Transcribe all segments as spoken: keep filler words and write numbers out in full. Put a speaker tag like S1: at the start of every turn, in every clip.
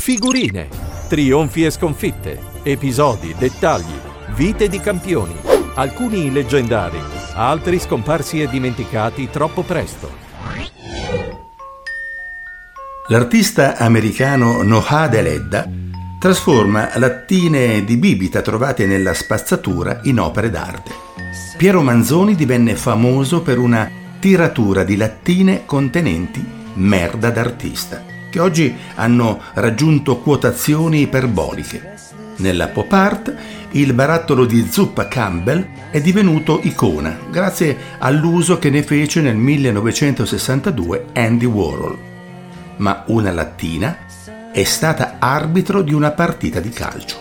S1: Figurine, trionfi e sconfitte, episodi, dettagli, vite di campioni, alcuni leggendari, altri scomparsi e dimenticati troppo presto.
S2: L'artista americano Noah Deledda trasforma lattine di bibita trovate nella spazzatura in opere d'arte. Piero Manzoni divenne famoso per una tiratura di lattine contenenti merda d'artista, che oggi hanno raggiunto quotazioni iperboliche. Nella pop art, il barattolo di zuppa Campbell è divenuto icona grazie all'uso che ne fece nel millenovecentosessantadue Andy Warhol. Ma una lattina è stata arbitro di una partita di calcio.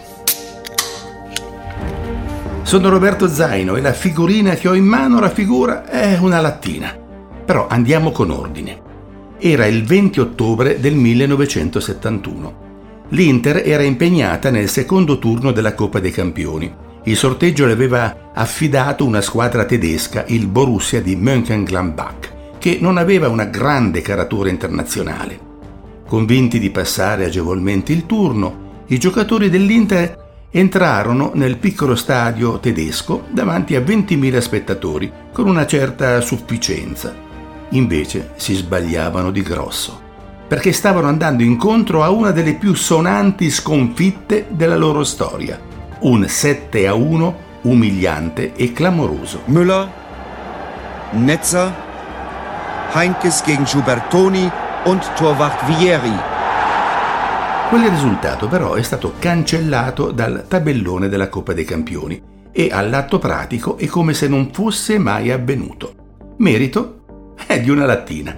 S2: Sono Roberto Zaino e la figurina che ho in mano raffigura è una lattina. Però andiamo con ordine. Era il venti ottobre del millenovecentosettantuno. L'Inter era impegnata nel secondo turno della Coppa dei Campioni. Il sorteggio le aveva affidato una squadra tedesca, il Borussia di Mönchengladbach, che non aveva una grande caratura internazionale. Convinti di passare agevolmente il turno, i giocatori dell'Inter entrarono nel piccolo stadio tedesco davanti a ventimila spettatori con una certa sufficienza. Invece si sbagliavano di grosso, perché stavano andando incontro a una delle più sonanti sconfitte della loro storia. Un sette a uno umiliante e clamoroso.
S3: Müller, Netzer, Heinkes gegen Gilbertoni und Torwart Vieri.
S2: Quel risultato però è stato cancellato dal tabellone della Coppa dei Campioni e all'atto pratico è come se non fosse mai avvenuto. Merito è di una lattina.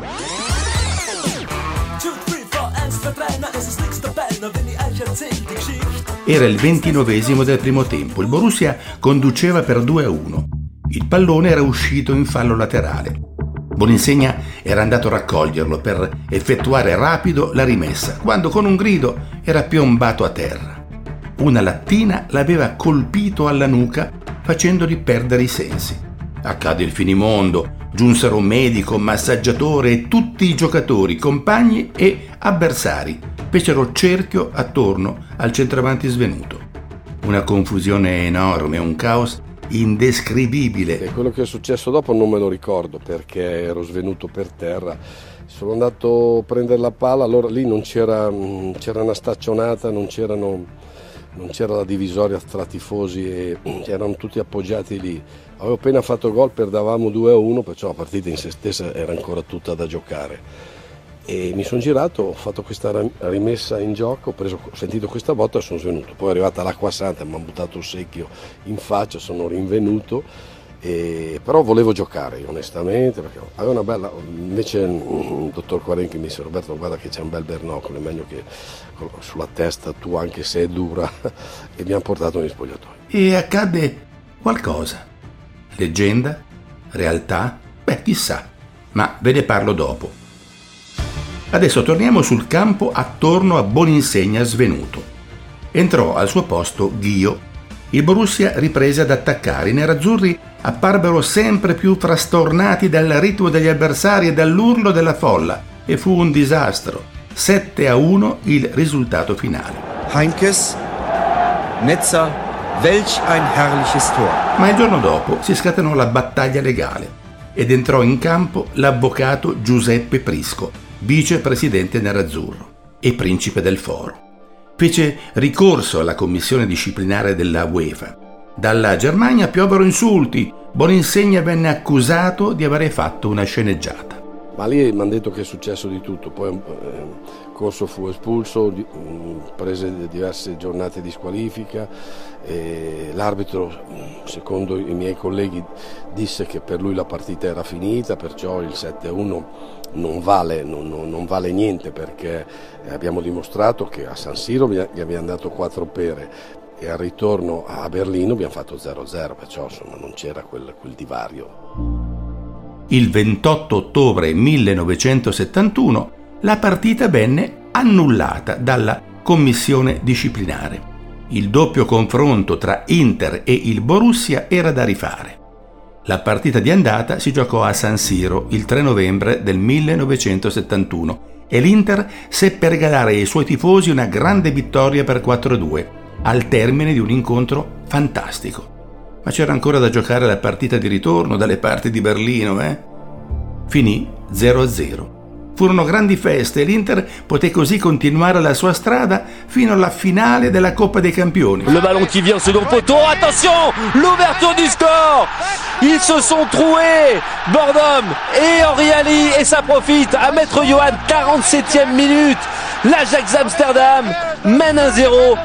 S2: Era il ventinovesimo del primo tempo, il Borussia conduceva per due a uno. Il pallone era uscito in fallo laterale. Boninsegna era andato a raccoglierlo per effettuare rapido la rimessa, quando con un grido era piombato a terra. Una lattina l'aveva colpito alla nuca facendogli perdere i sensi. Accade il finimondo, giunsero medico, massaggiatore e tutti i giocatori, compagni e avversari fecero cerchio attorno al centravanti svenuto. Una confusione enorme, un caos indescrivibile.
S4: E quello che è successo dopo non me lo ricordo perché ero svenuto per terra. Sono andato a prendere la palla, allora lì non c'era, c'era una staccionata, non c'erano, non c'era la divisoria tra tifosi e erano tutti appoggiati lì. Avevo appena fatto gol, perdavamo due a uno, perciò la partita in se stessa era ancora tutta da giocare. E mi sono girato, ho fatto questa rimessa in gioco, ho, preso, ho sentito questa botta e sono svenuto. Poi è arrivata l'acqua santa, mi hanno buttato il secchio in faccia, sono rinvenuto. E, però volevo giocare onestamente, perché aveva una bella, invece il dottor Quarenchi mi disse: Roberto, guarda che c'è un bel bernocolo, è meglio che sulla testa tu, anche se è dura. E mi hanno portato negli spogliatoi.
S2: E accadde qualcosa. Leggenda? Realtà? Beh, chissà, ma ve ne parlo dopo. Adesso torniamo sul campo attorno a Boninsegna svenuto. Entrò al suo posto Ghio. Il Borussia riprese ad attaccare. I nerazzurri apparvero sempre più frastornati dal ritmo degli avversari e dall'urlo della folla e fu un disastro. sette a uno il risultato finale.
S3: Heinkes, Netzer, welch ein herrliches Tor.
S2: Ma il giorno dopo si scatenò la battaglia legale ed entrò in campo l'avvocato Giuseppe Prisco, vicepresidente nerazzurro e principe del foro. Fece ricorso alla commissione disciplinare della UEFA. Dalla Germania piovero insulti. Boninsegna venne accusato di aver fatto una sceneggiata.
S4: Ma lì mi hanno detto che è successo di tutto. Poi eh, Corso fu espulso, di, mh, prese diverse giornate di squalifica. E l'arbitro, secondo i miei colleghi, disse che per lui la partita era finita, perciò il sette a uno non vale, non, non vale niente, perché abbiamo dimostrato che a San Siro gli abbiamo dato quattro pere e al ritorno a Berlino abbiamo fatto zero a zero, perciò insomma non c'era quel, quel divario.
S2: Il ventotto ottobre millenovecentosettantuno la partita venne annullata dalla commissione disciplinare. Il doppio confronto tra Inter e il Borussia era da rifare. La partita di andata si giocò a San Siro il tre novembre del millenovecentosettantuno e l'Inter seppe regalare ai suoi tifosi una grande vittoria per quattro a due, al termine di un incontro fantastico. Ma c'era ancora da giocare la partita di ritorno dalle parti di Berlino, eh? Finì zero a zero. Furono grandi feste e l'Inter poté così continuare la sua strada fino alla finale della Coppa dei Campioni.
S5: Le ballon qui vient au second poteau, attention, l'ouverture du score. Ils se sont troués, Bordom et Oriali, et ça profite à Maître Johan, quarante-septième minute. L'Ajax Amsterdam mène un zero.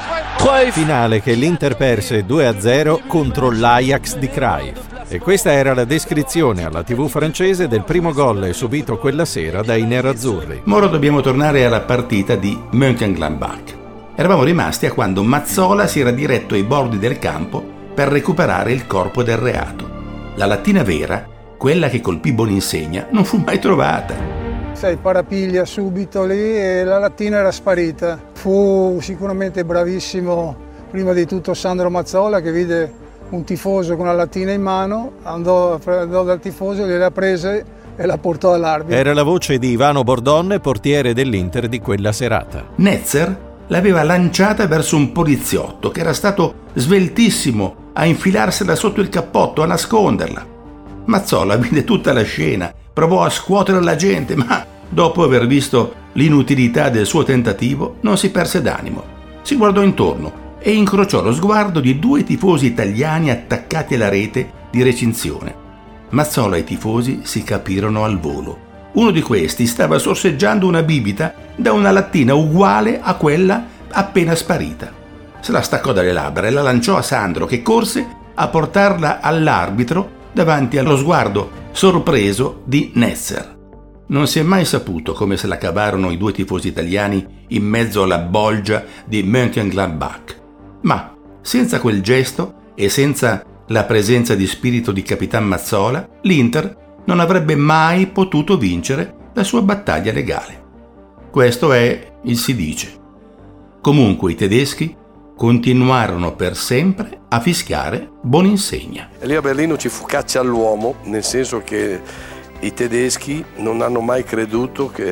S1: Finale che l'Inter perse due a zero contro l'Ajax di Cruyff. E questa era la descrizione alla tivù francese del primo gol subito quella sera dai nerazzurri.
S2: Ma ora dobbiamo tornare alla partita di Mönchengladbach. Eravamo rimasti a quando Mazzola si era diretto ai bordi del campo per recuperare il corpo del reato. La lattina vera, quella che colpì Boninsegna, non fu mai trovata.
S6: Sai, parapiglia subito lì e la lattina era sparita. Fu sicuramente bravissimo, prima di tutto Sandro Mazzola, che vide un tifoso con la lattina in mano, andò, andò dal tifoso, gliela prese e la portò all'arbitro.
S1: Era la voce di Ivano Bordon, portiere dell'Inter di quella serata.
S2: Netzer l'aveva lanciata verso un poliziotto che era stato sveltissimo a infilarsela sotto il cappotto, a nasconderla. Mazzola vide tutta la scena, provò a scuotere la gente, ma dopo aver visto l'inutilità del suo tentativo non si perse d'animo. Si guardò intorno e incrociò lo sguardo di due tifosi italiani attaccati alla rete di recinzione. Mazzola e i tifosi si capirono al volo. Uno di questi stava sorseggiando una bibita da una lattina uguale a quella appena sparita. Se la staccò dalle labbra e la lanciò a Sandro, che corse a portarla all'arbitro davanti allo sguardo sorpreso di Netzer. Non si è mai saputo come se la cavarono i due tifosi italiani in mezzo alla bolgia di Mönchengladbach. Ma senza quel gesto e senza la presenza di spirito di Capitan Mazzola, l'Inter non avrebbe mai potuto vincere la sua battaglia legale. Questo è il si dice. Comunque i tedeschi continuarono per sempre a fischiare Boninsegna.
S4: E lì a Berlino ci fu caccia all'uomo, nel senso che i tedeschi non hanno mai creduto che,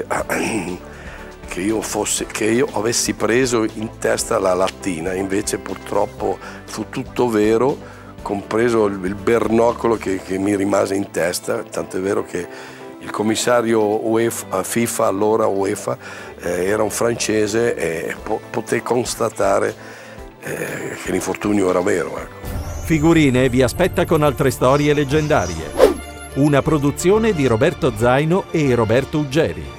S4: che, io fosse, che io avessi preso in testa la lattina, invece purtroppo fu tutto vero, compreso il, il bernoccolo che, che mi rimase in testa, tanto è vero che il commissario UEFA, FIFA, allora UEFA, eh, era un francese e po- poté constatare eh, che l'infortunio era vero. Ecco.
S1: Figurine vi aspetta con altre storie leggendarie. Una produzione di Roberto Zaino e Roberto Uggeri.